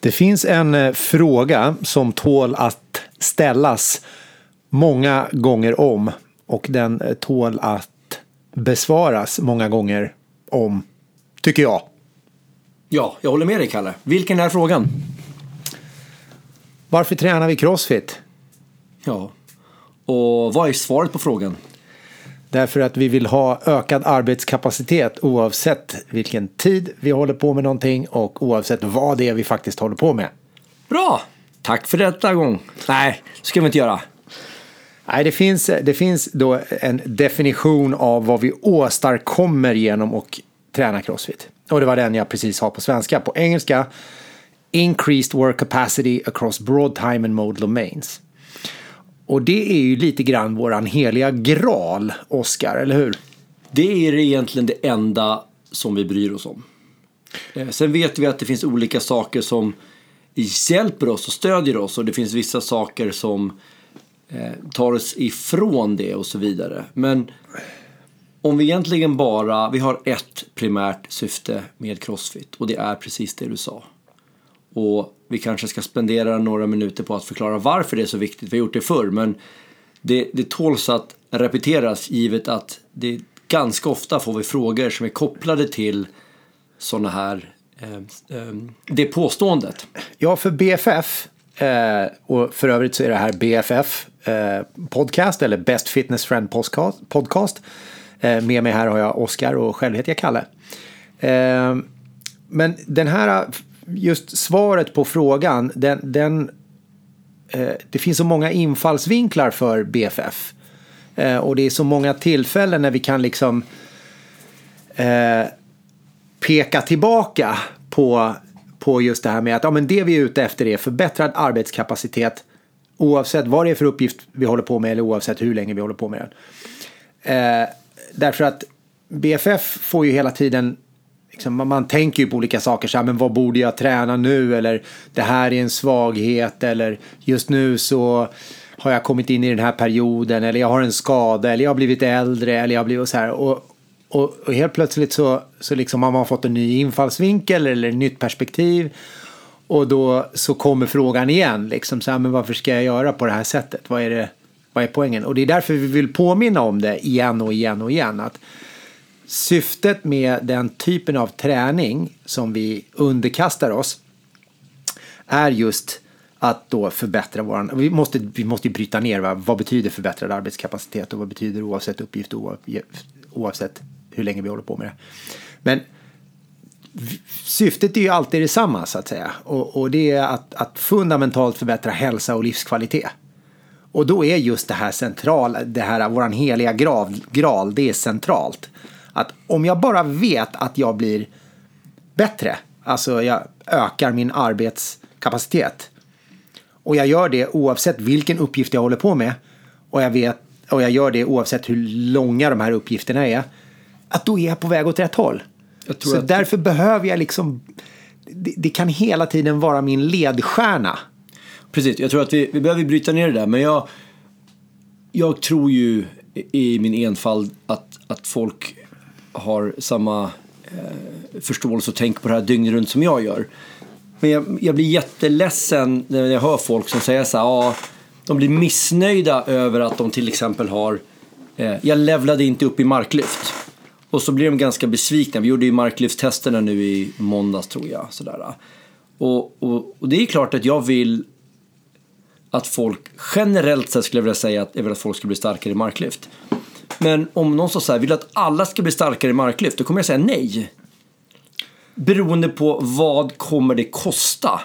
Det finns en fråga som tål att ställas många gånger om, och den tål att besvaras många gånger om, tycker jag. Ja, jag håller med dig, Kalle. Vilken är frågan? Varför tränar vi CrossFit? Ja, och vad är svaret på frågan? Därför att vi vill ha ökad arbetskapacitet oavsett vilken tid vi håller på med någonting och oavsett vad det är vi faktiskt håller på med. Bra! Tack för detta gång. Nej, det ska vi inte göra. Nej, det finns då en definition av vad vi åstadkommer genom att träna CrossFit. Och det var den jag precis har på svenska. På engelska, increased work capacity across broad time and mode domains. Och det är ju lite grann våran heliga graal, Oskar, eller hur? Det är egentligen det enda som vi bryr oss om. Sen vet vi att det finns olika saker som hjälper oss och stödjer oss. Och det finns vissa saker som tar oss ifrån det och så vidare. Men om vi egentligen vi har ett primärt syfte med CrossFit. Och det är precis det du sa. Och vi kanske ska spendera några minuter på att förklara varför det är så viktigt. Vi har gjort det förr, men det tåls att repeteras, givet att det ganska ofta får vi frågor som är kopplade till sådana här det påståendet. Ja, för BFF, och för övrigt så är det här BFF podcast, eller Best Fitness Friend podcast. Med mig här har jag Oskar och själv heter jag Kalle. Men den här, just svaret på frågan, det finns så många infallsvinklar för BFF. Och det är så många tillfällen när vi kan liksom peka tillbaka på just det här med att men det vi är ute efter är förbättrad arbetskapacitet oavsett vad det är för uppgift vi håller på med eller oavsett hur länge vi håller på med den. Därför att BFF får ju hela tiden liksom, man tänker ju på olika saker så här, men vad borde jag träna nu, eller det här är en svaghet, eller just nu så har jag kommit in i den här perioden, eller jag har en skada, eller jag har blivit äldre, eller jag har blivit så här, och helt plötsligt så liksom har man fått en ny infallsvinkel eller ett nytt perspektiv, och då så kommer frågan igen liksom så här, men varför ska jag göra på det här sättet, vad är poängen? Och det är därför vi vill påminna om det igen och igen och igen, att syftet med den typen av träning som vi underkastar oss är just att då förbättra vi måste bryta ner vad betyder förbättrad arbetskapacitet och vad betyder oavsett uppgift och oavsett hur länge vi håller på med det. Men syftet är ju alltid detsamma så att säga, och det är att fundamentalt förbättra hälsa och livskvalitet. Och då är just det här centrala, det här våran heliga graal, det är centralt. Att om jag bara vet att jag blir bättre, alltså jag ökar min arbetskapacitet, och jag gör det oavsett vilken uppgift jag håller på med, och jag gör det oavsett hur långa de här uppgifterna är, att då är jag på väg åt rätt håll. Så därför behöver jag liksom, det kan hela tiden vara min ledstjärna. Precis, jag tror att vi behöver bryta ner det där, men jag tror ju i min enfald att folk har samma förståelse och tänk på det här dygnet runt som jag gör. Men jag blir jätteledsen när jag hör folk som säger så här, de blir missnöjda över att de till exempel har jag levlade inte upp i marklyft. Och så blir de ganska besvikna. Vi gjorde ju marklyfttesterna nu i måndags, tror jag, sådär. Och det är klart att jag vill att folk generellt sett, skulle jag vilja säga, att jag vill att folk ska bli starkare i marklyft. Men om någon så här vill att alla ska bli starkare i marklyft, då kommer jag säga nej. Beroende på vad kommer det kosta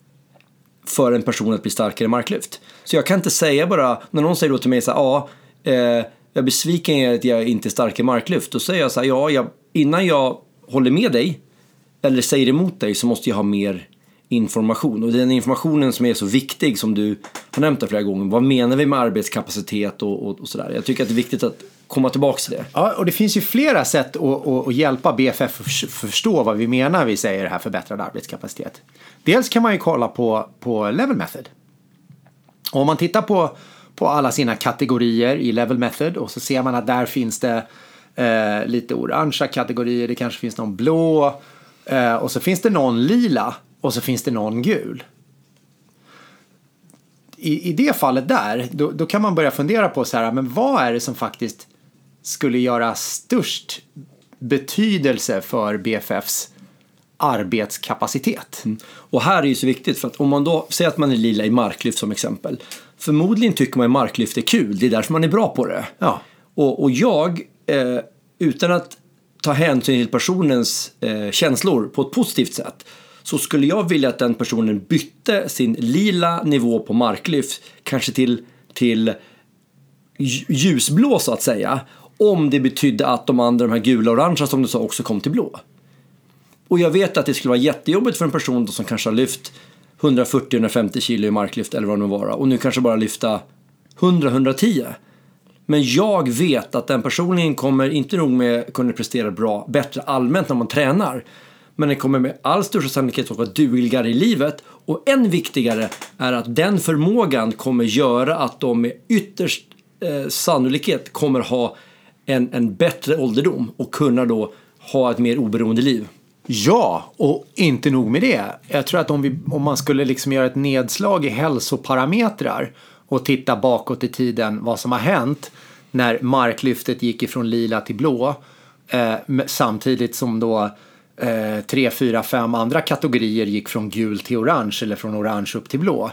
för en person att bli starkare i marklyft. Så jag kan inte säga bara, när någon säger då till mig så här, jag är besviken att jag inte är stark i marklyft. Då säger jag så här, innan jag håller med dig eller säger emot dig, så måste jag ha mer information. Och den informationen som är så viktig, som du har nämnt flera gånger. Vad menar vi med arbetskapacitet och sådär. Jag tycker att det är viktigt att komma tillbaka till det. Ja, och det finns ju flera sätt att hjälpa BFF att förstå vad vi menar vi säger det här förbättrad arbetskapacitet. Dels kan man ju kolla på Level Method. Och om man tittar på alla sina kategorier i Level Method, och så ser man att där finns det lite orangea kategorier, det kanske finns någon blå, och så finns det någon lila och så finns det någon gul. I det fallet där, då kan man börja fundera på så här, men vad är det som faktiskt skulle göra störst betydelse för BFFs arbetskapacitet? Och här är ju så viktigt, för att om man då säger att man är lila i marklyft som exempel, förmodligen tycker man att marklyft är kul, det är därför man är bra på det. Ja. Och jag, utan att ta hänsyn till personens känslor på ett positivt sätt, så skulle jag vilja att den personen bytte sin lila nivå på marklyft kanske till ljusblå så att säga, om det betydde att de här gula och orangea som du sa också kom till blå. Och jag vet att det skulle vara jättejobbigt för en person då som kanske har lyft 140-150 kilo i marklyft eller vad det nu vara, och nu kanske bara lyfta 100-110. Men jag vet att den personen kommer inte nog med kunna prestera bättre allmänt när man tränar, men den kommer med all största sannolikhet att vara dugligare i livet, och än viktigare är att den förmågan kommer göra att de med ytterst sannolikhet kommer ha en bättre ålderdom och kunna då ha ett mer oberoende liv. Ja, och inte nog med det. Jag tror att om man skulle liksom göra ett nedslag i hälsoparametrar och titta bakåt i tiden vad som har hänt när marklyftet gick ifrån lila till blå, samtidigt som då 3, 4, 5 andra kategorier gick från gul till orange eller från orange upp till blå,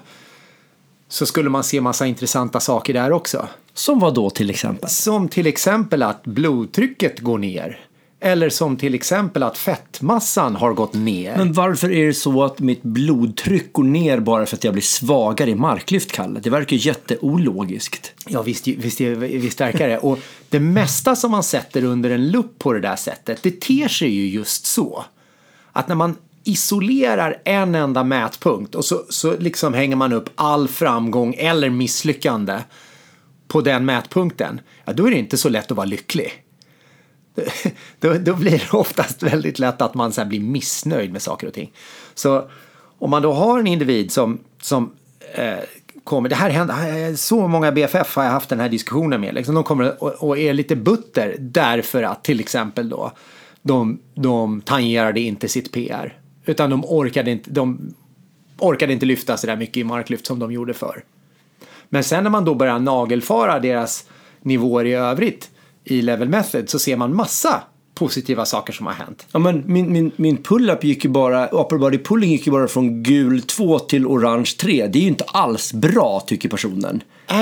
så skulle man se massa intressanta saker där också. Som vad då till exempel? Som till exempel att blodtrycket går ner. Eller som till exempel att fettmassan har gått ner. Men varför är det så att mitt blodtryck går ner bara för att jag blir svagare i marklyft, Kalle? Det verkar jätteologiskt. Ja, visst verkar det. Och det mesta som man sätter under en lupp på det där sättet, det ter sig ju just så. Att när man isolerar en enda mätpunkt och så liksom hänger man upp all framgång eller misslyckande på den mätpunkten, ja, då är det inte så lätt att vara lycklig. Då blir det oftast väldigt lätt att man så här blir missnöjd med saker och ting. Så om man då har en individ som kommer, det här händer, så många BFF har jag haft den här diskussionen med, liksom, de kommer och är lite butter därför att till exempel då de tangerade inte sitt PR, utan de orkade inte lyfta så där mycket i marklyft som de gjorde förr. Men sen när man då börjar nagelfara deras nivåer i övrigt i level method, så ser man massa positiva saker som har hänt. Ja, men min pull-up gick ju bara, upper body pulling gick ju bara från gul 2 till orange 3. Det är ju inte alls bra, tycker personen.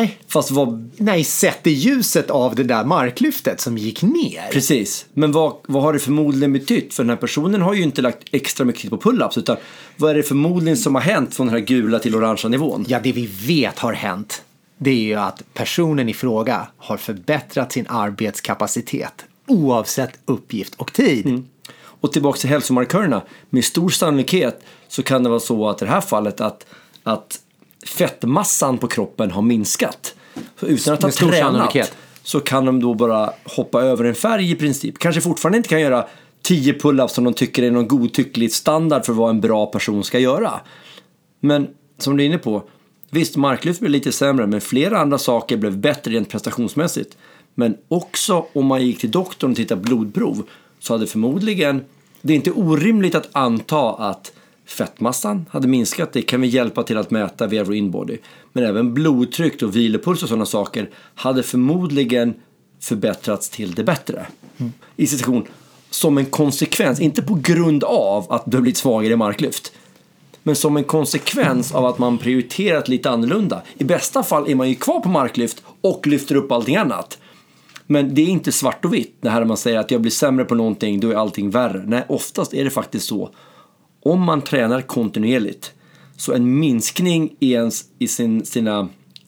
Nej, sett i ljuset av det där marklyftet som gick ner. Precis, men vad har det förmodligen betytt? För den här personen har ju inte lagt extra mycket tid på pull-ups, utan vad är det förmodligen som har hänt från den här gula till orangea nivån? Ja, det vi vet har hänt, det är ju att personen i fråga har förbättrat sin arbetskapacitet oavsett uppgift och tid. Och tillbaka till hälsomarkörerna. Med stor sannolikhet så kan det vara så att i det här fallet att fettmassan på kroppen har minskat. Så utan att ha tränat så kan de då bara hoppa över en färg i princip. Kanske fortfarande inte kan göra 10 pull-ups som de tycker är någon godtycklig standard för vad en bra person ska göra. Men som du är inne på, visst, marklyft blev lite sämre, men flera andra saker blev bättre rent prestationsmässigt. Men också om man gick till doktorn och tittade blodprov, så hade förmodligen, det är inte orimligt att anta att fettmassan hade minskat. Det kan vi hjälpa till att mäta via vår inbody. Men även blodtryck och vilopuls och sådana saker hade förmodligen förbättrats till det bättre. I situation som en konsekvens, inte på grund av att du har blivit svagare i marklyft, men som en konsekvens av att man prioriterat lite annorlunda. I bästa fall är man ju kvar på marklyft och lyfter upp allting annat. Men det är inte svart och vitt. Det här man säger att jag blir sämre på någonting, då är allting värre. Nej, oftast är det faktiskt så. Om man tränar kontinuerligt, så en minskning i sina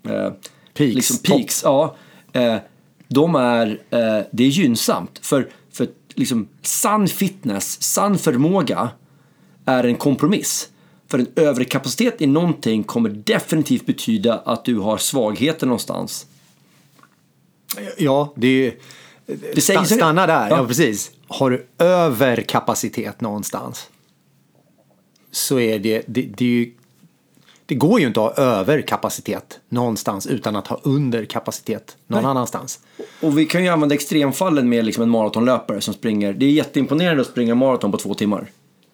peaks, det är gynnsamt. För liksom, sann fitness, sann förmåga är en kompromiss. För en överkapacitet i någonting kommer definitivt betyda att du har svagheter någonstans. Ja, det säger stanna där. Ja, precis. Har du överkapacitet någonstans, så är det går ju inte att ha överkapacitet någonstans utan att ha underkapacitet någon annanstans. Och vi kan ju använda extremfallen med liksom en maratonlöpare som springer. Det är jätteimponerande att springa maraton på 2 timmar.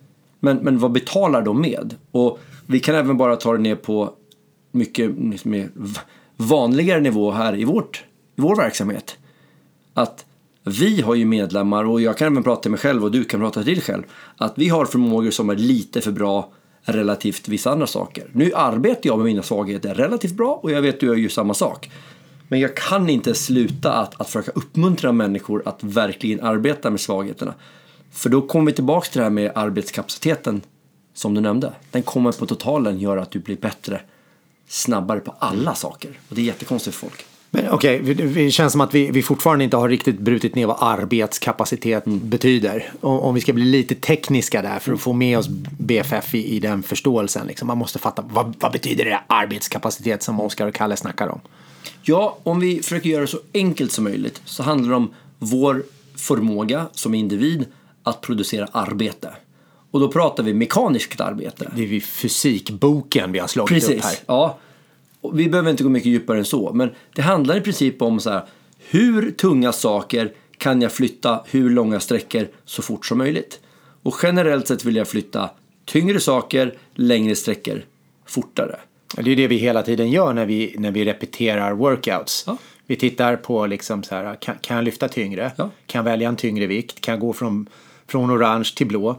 Men vad betalar de med? Och vi kan även bara ta det ner på mycket mer vanligare nivå här i vår verksamhet. Att vi har ju medlemmar, och jag kan även prata till mig själv och du kan prata till dig själv, att vi har förmågor som är lite för bra relativt vissa andra saker. Nu arbetar jag med mina svagheter relativt bra och jag vet att du gör ju samma sak. Men jag kan inte sluta att försöka uppmuntra människor att verkligen arbeta med svagheterna. För då kommer vi tillbaka till det här med arbetskapaciteten som du nämnde. Den kommer på totalen göra att du blir bättre, snabbare på alla saker. Och det är jättekonstigt för folk. Men okej, det känns som att vi fortfarande inte har riktigt brutit ner vad arbetskapacitet betyder. Om vi ska bli lite tekniska där för att få med oss BFF i den förståelsen. Liksom. Man måste fatta, vad betyder det arbetskapacitet som Oskar och Kalle snackar om? Ja, om vi försöker göra det så enkelt som möjligt så handlar det om vår förmåga som individ att producera arbete. Och då pratar vi mekaniskt arbete. Det är fysikboken vi har slagit upp här. Ja. Och vi behöver inte gå mycket djupare än så. Men det handlar i princip om så här, hur tunga saker kan jag flytta hur långa sträckor så fort som möjligt. Och generellt sett vill jag flytta tyngre saker, längre sträckor, fortare. Det är det vi hela tiden gör när vi repeterar workouts. Ja. Vi tittar på liksom så här, kan jag lyfta tyngre? Ja. Kan jag välja en tyngre vikt? Kan jag gå från orange till blå?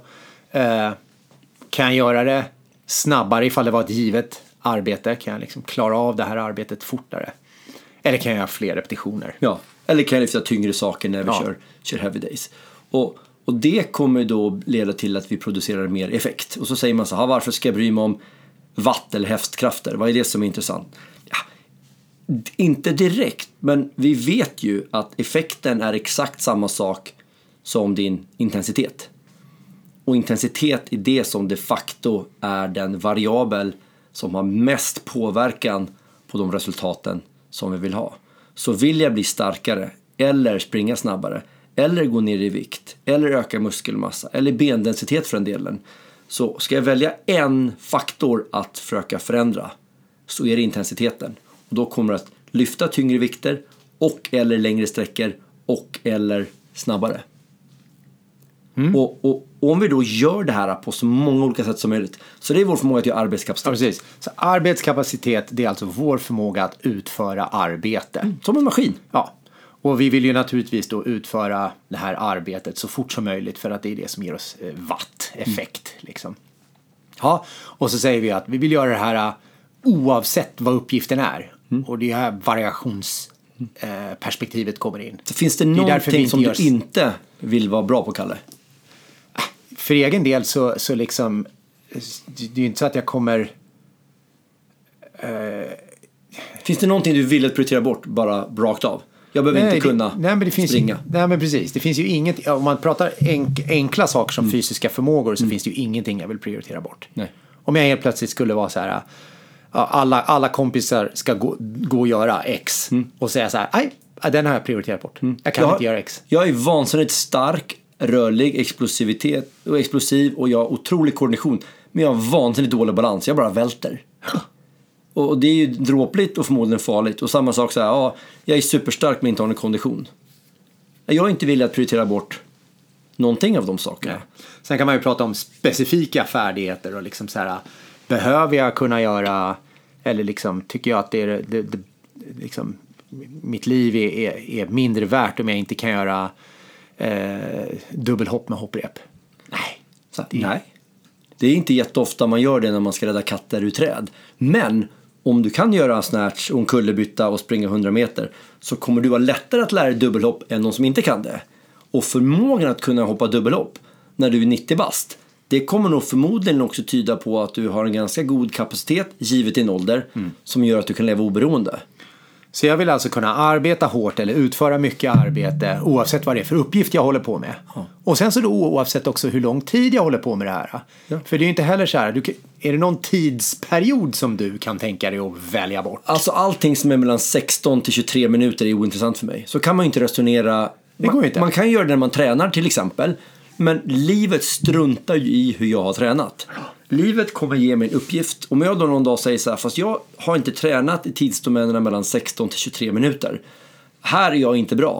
Kan jag göra det snabbare ifall det var ett givet arbete? Kan jag liksom klara av det här arbetet fortare? Eller kan jag göra fler repetitioner? Ja, eller kan jag lyfta tyngre saker när vi kör heavy days. Och det kommer då leda till att vi producerar mer effekt. Och så säger man så här, varför ska jag bry mig om watt eller hästkrafter? Vad är det som är intressant? Ja, inte direkt, men vi vet ju att effekten är exakt samma sak som din intensitet. Och intensitet är det som de facto är den variabel som har mest påverkan på de resultaten som vi vill ha. Så vill jag bli starkare eller springa snabbare eller gå ner i vikt eller öka muskelmassa eller bendensitet för en delen, så ska jag välja en faktor att försöka förändra, så är det intensiteten. Och då kommer det att lyfta tyngre vikter och eller längre sträckor och eller snabbare. Och om vi då gör det här på så många olika sätt som möjligt, så det är vår förmåga att göra arbetskapacitet. Ja, precis. Så arbetskapacitet, det är alltså vår förmåga att utföra arbete. Som en maskin. Ja. Och vi vill ju naturligtvis då utföra det här arbetet så fort som möjligt, för att det är det som ger oss watt-effekt. Liksom. Ja, och så säger vi att vi vill göra det här oavsett vad uppgiften är. Och det är här variationsperspektivet kommer in. Så finns det någonting som du inte vill vara bra på, Kalle? För egen del så liksom, det är ju inte så att jag kommer... Finns det någonting du vill prioritera bort bara rakt av? Jag behöver inte kunna springa. Nej, men precis. Det finns ju inget, om man pratar enkla saker som fysiska förmågor, så finns det ju ingenting jag vill prioritera bort. Nej. Om jag helt plötsligt skulle vara så här, alla kompisar ska gå och göra X och säga så här, nej, den har jag prioriterat bort. Jag kan inte göra X. Jag är vansinnigt stark, rörlig, explosiv och jag har otrolig koordination, men jag har vansinnigt dålig balans. Jag bara välter. Och det är ju dråpligt och förmodligen farligt. Och samma sak så här, jag är superstark men inte har en kondition. Jag är inte villig att prioritera bort någonting av de sakerna. Nej. Sen kan man ju prata om specifika färdigheter och liksom så här, behöver jag kunna göra, eller liksom tycker jag att det är liksom, mitt liv är mindre värt om jag inte kan göra dubbelhopp med hopprep. Nej. Det är inte jätteofta man gör det när man ska rädda katter ur träd. Men om du kan göra snatch och en kullerbytta och springa 100 meter, så kommer du vara lättare att lära dig dubbelhopp än någon som inte kan det. Och förmågan att kunna hoppa dubbelhopp när du är 90 bast, det kommer nog förmodligen också tyda på att du har en ganska god kapacitet givet din ålder som gör att du kan leva oberoende. Så jag vill alltså kunna arbeta hårt eller utföra mycket arbete oavsett vad det är för uppgift jag håller på med. Ja. Och sen så då oavsett också hur lång tid jag håller på med det här. Ja. För det är ju inte heller så här, är det någon tidsperiod som du kan tänka dig att välja bort? Alltså allting som är mellan 16 till 23 minuter är ointressant för mig. Så kan man ju inte resonera. Det går inte. Man kan göra det när man tränar till exempel. Men livet struntar ju i hur jag har tränat. Livet kommer ge mig en uppgift. Om jag då någon dag säger så här, fast jag har inte tränat i tidsdomänerna mellan 16 till 23 minuter. Här är jag inte bra.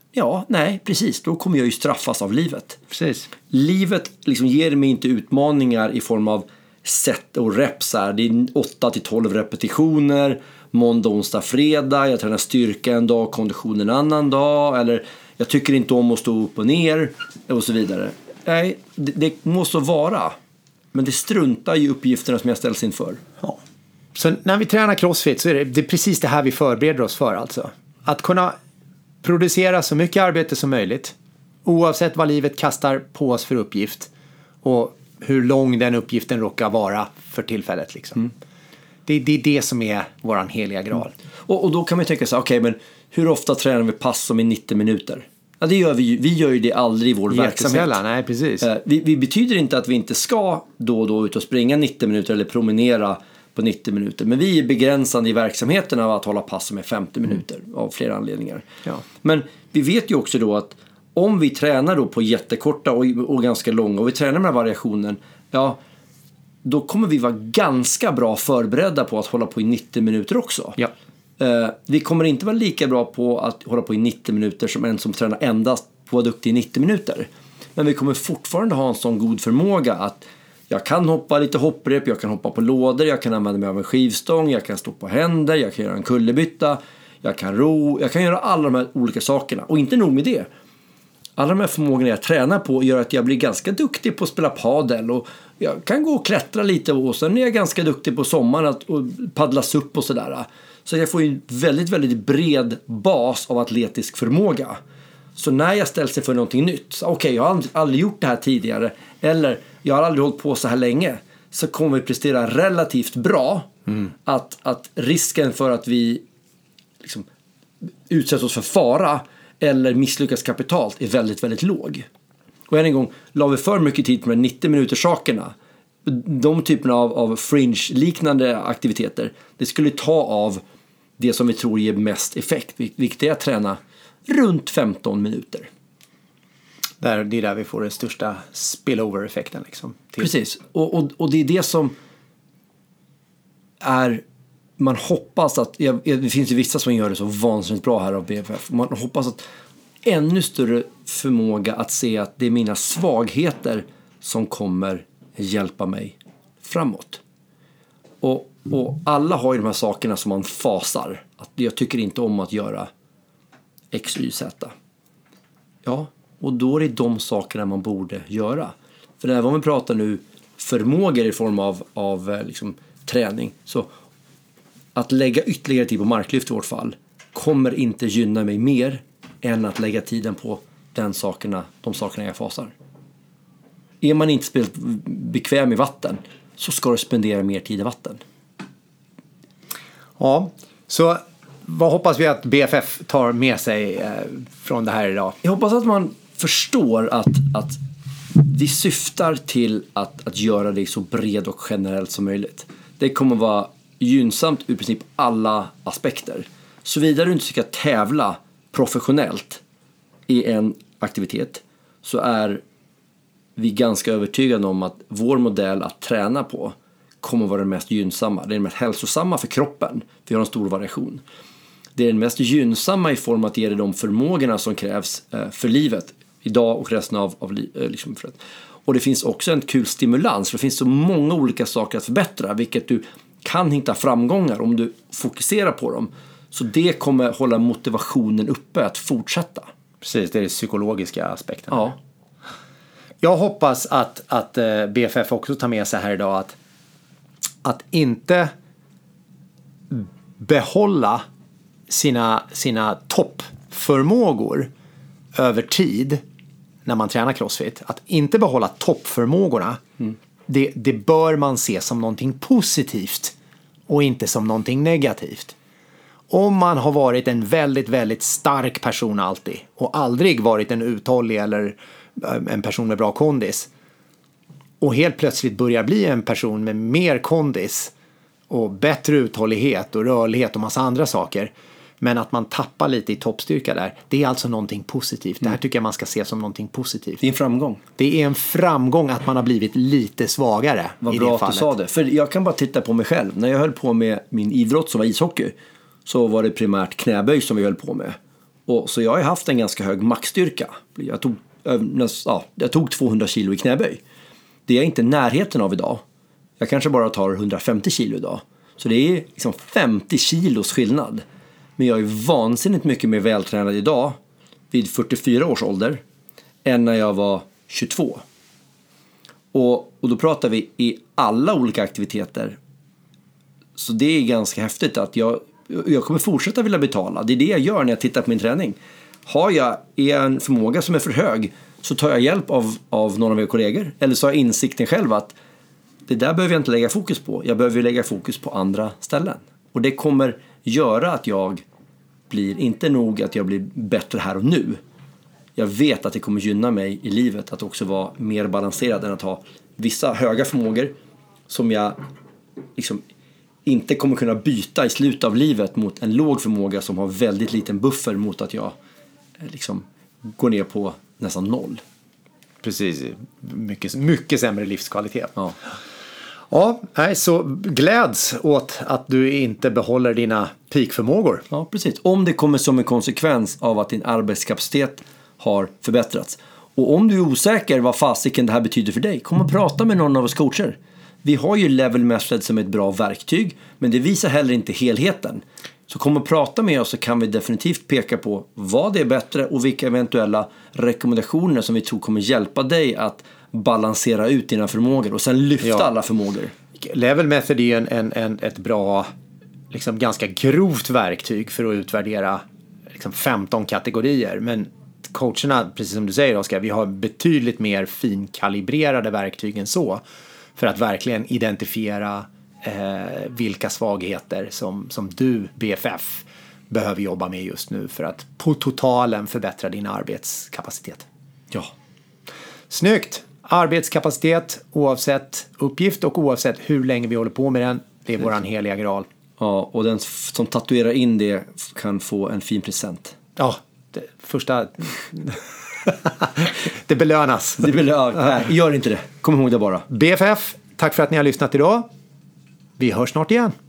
Ja, nej, precis. Då kommer jag ju straffas av livet. Precis. Livet liksom ger mig inte utmaningar i form av set och reps här. Det är 8-12 repetitioner, måndag, onsdag, fredag. Jag tränar styrka en dag, kondition en annan dag. Eller jag tycker inte om att stå upp och ner och så vidare. Nej, det måste vara. Men det struntar i uppgifterna som jag ställs inför. Ja. Så när vi tränar crossfit så är det precis det här vi förbereder oss för alltså. Att kunna producera så mycket arbete som möjligt. Oavsett vad livet kastar på oss för uppgift. Och hur lång den uppgiften råkar vara för tillfället liksom. Det är det som är våran heliga graal. Och då kan man tänka sig, okej, men hur ofta tränar vi pass som är 90 minuter? Ja, det gör vi gör ju det aldrig i vår verksamhet. Nej, precis. Vi betyder inte att vi inte ska då och då ut och springa 90 minuter eller promenera på 90 minuter. Men vi är begränsande i verksamheten av att hålla pass som är 50 minuter av flera anledningar. Ja. Men vi vet ju också då att om vi tränar då på jättekorta och ganska långa och vi tränar med den här variationen, ja, då kommer vi vara ganska bra förberedda på att hålla på i 90 minuter också. Ja. Vi kommer inte vara lika bra på att hålla på i 90 minuter som en som tränar endast på att vara duktig i 90 minuter. Men vi kommer fortfarande ha en sån god förmåga att jag kan hoppa lite hopprep, jag kan hoppa på lådor, jag kan använda mig av en skivstång, jag kan stå på händer, jag kan göra en kullerbytta, jag kan ro, jag kan göra alla de här olika sakerna. Och inte nog med det. Alla de här förmågorna jag tränar på gör att jag blir ganska duktig på att spela padel och jag kan gå och klättra lite och sen är jag ganska duktig på sommaren att paddlas upp och sådär. Så jag får ju en väldigt, väldigt bred bas av atletisk förmåga. Så när jag ställs inför någonting nytt, okej, jag har aldrig gjort det här tidigare eller jag har aldrig hållit på så här länge, så kommer vi prestera relativt bra. Att risken för att vi liksom utsätter oss för fara eller misslyckas kapitalt är väldigt, väldigt låg. Och än en gång, la vi för mycket tid på de 90 minuters sakerna, de typerna av fringe-liknande aktiviteter, det skulle ta av det som vi tror ger mest effekt, vilket är att träna runt 15 minuter. Det är där vi får den största spillover-effekten. Liksom, Precis, och det är det som är, man hoppas att, det finns ju vissa som gör det så vansinnigt bra här av BFF, man hoppas att ännu större förmåga att se att det är mina svagheter som kommer hjälpa mig framåt. Och alla har ju de här sakerna som man fasar. Att jag tycker inte om att göra X, Y, Z. Ja, och då är det de sakerna man borde göra. För även om vi pratar nu förmågor i form av liksom träning, så att lägga ytterligare tid på marklyft i vårt fall kommer inte gynna mig mer än att lägga tiden på de sakerna jag fasar. Är man inte speciellt bekväm i vatten, så ska du spendera mer tid i vatten. Ja, så vad hoppas vi att BFF tar med sig från det här idag? Jag hoppas att man förstår att vi syftar till att göra det så bred och generellt som möjligt. Det kommer vara gynnsamt ur princip alla aspekter. Så vidare du inte ska tävla professionellt i en aktivitet, så är vi ganska övertygade om att vår modell att träna på kommer vara den mest gynnsamma. Det är den mest hälsosamma för kroppen. Vi har en stor variation. Det är den mest gynnsamma i form att ge dig de förmågorna som krävs för livet idag och resten av liksom för det. Och det finns också en kul stimulans, för det finns så många olika saker att förbättra, vilket du kan hitta framgångar om du fokuserar på dem. Så det kommer hålla motivationen uppe att fortsätta. Precis, det är den psykologiska aspekten. Ja. Jag hoppas att BFF också tar med sig här idag att inte behålla sina toppförmågor över tid när man tränar crossfit. Att inte behålla toppförmågorna, det bör man se som någonting positivt och inte som någonting negativt. Om man har varit en väldigt, väldigt stark person alltid och aldrig varit en uthållig eller en person med bra kondis och helt plötsligt börjar bli en person med mer kondis och bättre uthållighet och rörlighet och massa andra saker, men att man tappar lite i toppstyrka där, det är alltså någonting positivt. Det här tycker jag man ska se som någonting positivt. Det är en framgång. Det är en framgång att man har blivit lite svagare. Vad i bra det att fallet. du sa det. För jag kan bara titta på mig själv. När jag höll på med min idrott som var ishockey, så var det primärt knäböj som vi höll på med. Och så jag har haft en ganska hög maxstyrka. Jag tog 200 kilo i knäböj. Det är jag inte i närheten av idag. Jag kanske bara tar 150 kilo idag. Så det är liksom 50 kilos skillnad. Men jag är vansinnigt mycket mer vältränad idag vid 44 års ålder än när jag var 22. Och då pratar vi i alla olika aktiviteter. Så det är ganska häftigt att jag kommer fortsätta vilja betala. Det är det jag gör när jag tittar på min träning. Är en förmåga som är för hög, så tar jag hjälp av någon av era kollegor. Eller så har jag insikten själv att det där behöver jag inte lägga fokus på. Jag behöver lägga fokus på andra ställen. Och det kommer göra att jag blir, inte nog att jag blir bättre här och nu. Jag vet att det kommer gynna mig i livet att också vara mer balanserad än att ha vissa höga förmågor som jag liksom inte kommer kunna byta i slutet av livet mot en låg förmåga som har väldigt liten buffer mot att jag liksom går ner på nästan 0. Precis, mycket sämre livskvalitet. Ja, så gläds åt att du inte behåller dina peakförmågor. Ja, precis. Om det kommer som en konsekvens av att din arbetskapacitet har förbättrats. Och om du är osäker vad fasiken det här betyder för dig, kom och prata med någon av oss coacher. Vi har ju Level Method som ett bra verktyg, men det visar heller inte helheten. Så kom och prata med oss, så kan vi definitivt peka på vad det är bättre och vilka eventuella rekommendationer som vi tror kommer hjälpa dig att balansera ut dina förmågor och sen lyfta alla förmågor. Level Method är ett bra, liksom ganska grovt verktyg för att utvärdera liksom 15 kategorier. Men coacherna, precis som du säger Oskar, vi har betydligt mer finkalibrerade verktyg än så för att verkligen identifiera vilka svagheter som du, BFF, behöver jobba med just nu för att på totalen förbättra din arbetskapacitet. Ja. Snyggt! Arbetskapacitet oavsett uppgift och oavsett hur länge vi håller på med den, det är våran heliga graal. Ja, och den som tatuerar in det kan få en fin present. Ja, första... det belönas. Nej, gör inte det. Kom ihåg det bara. BFF, tack för att ni har lyssnat idag. Vi hörs snart igen.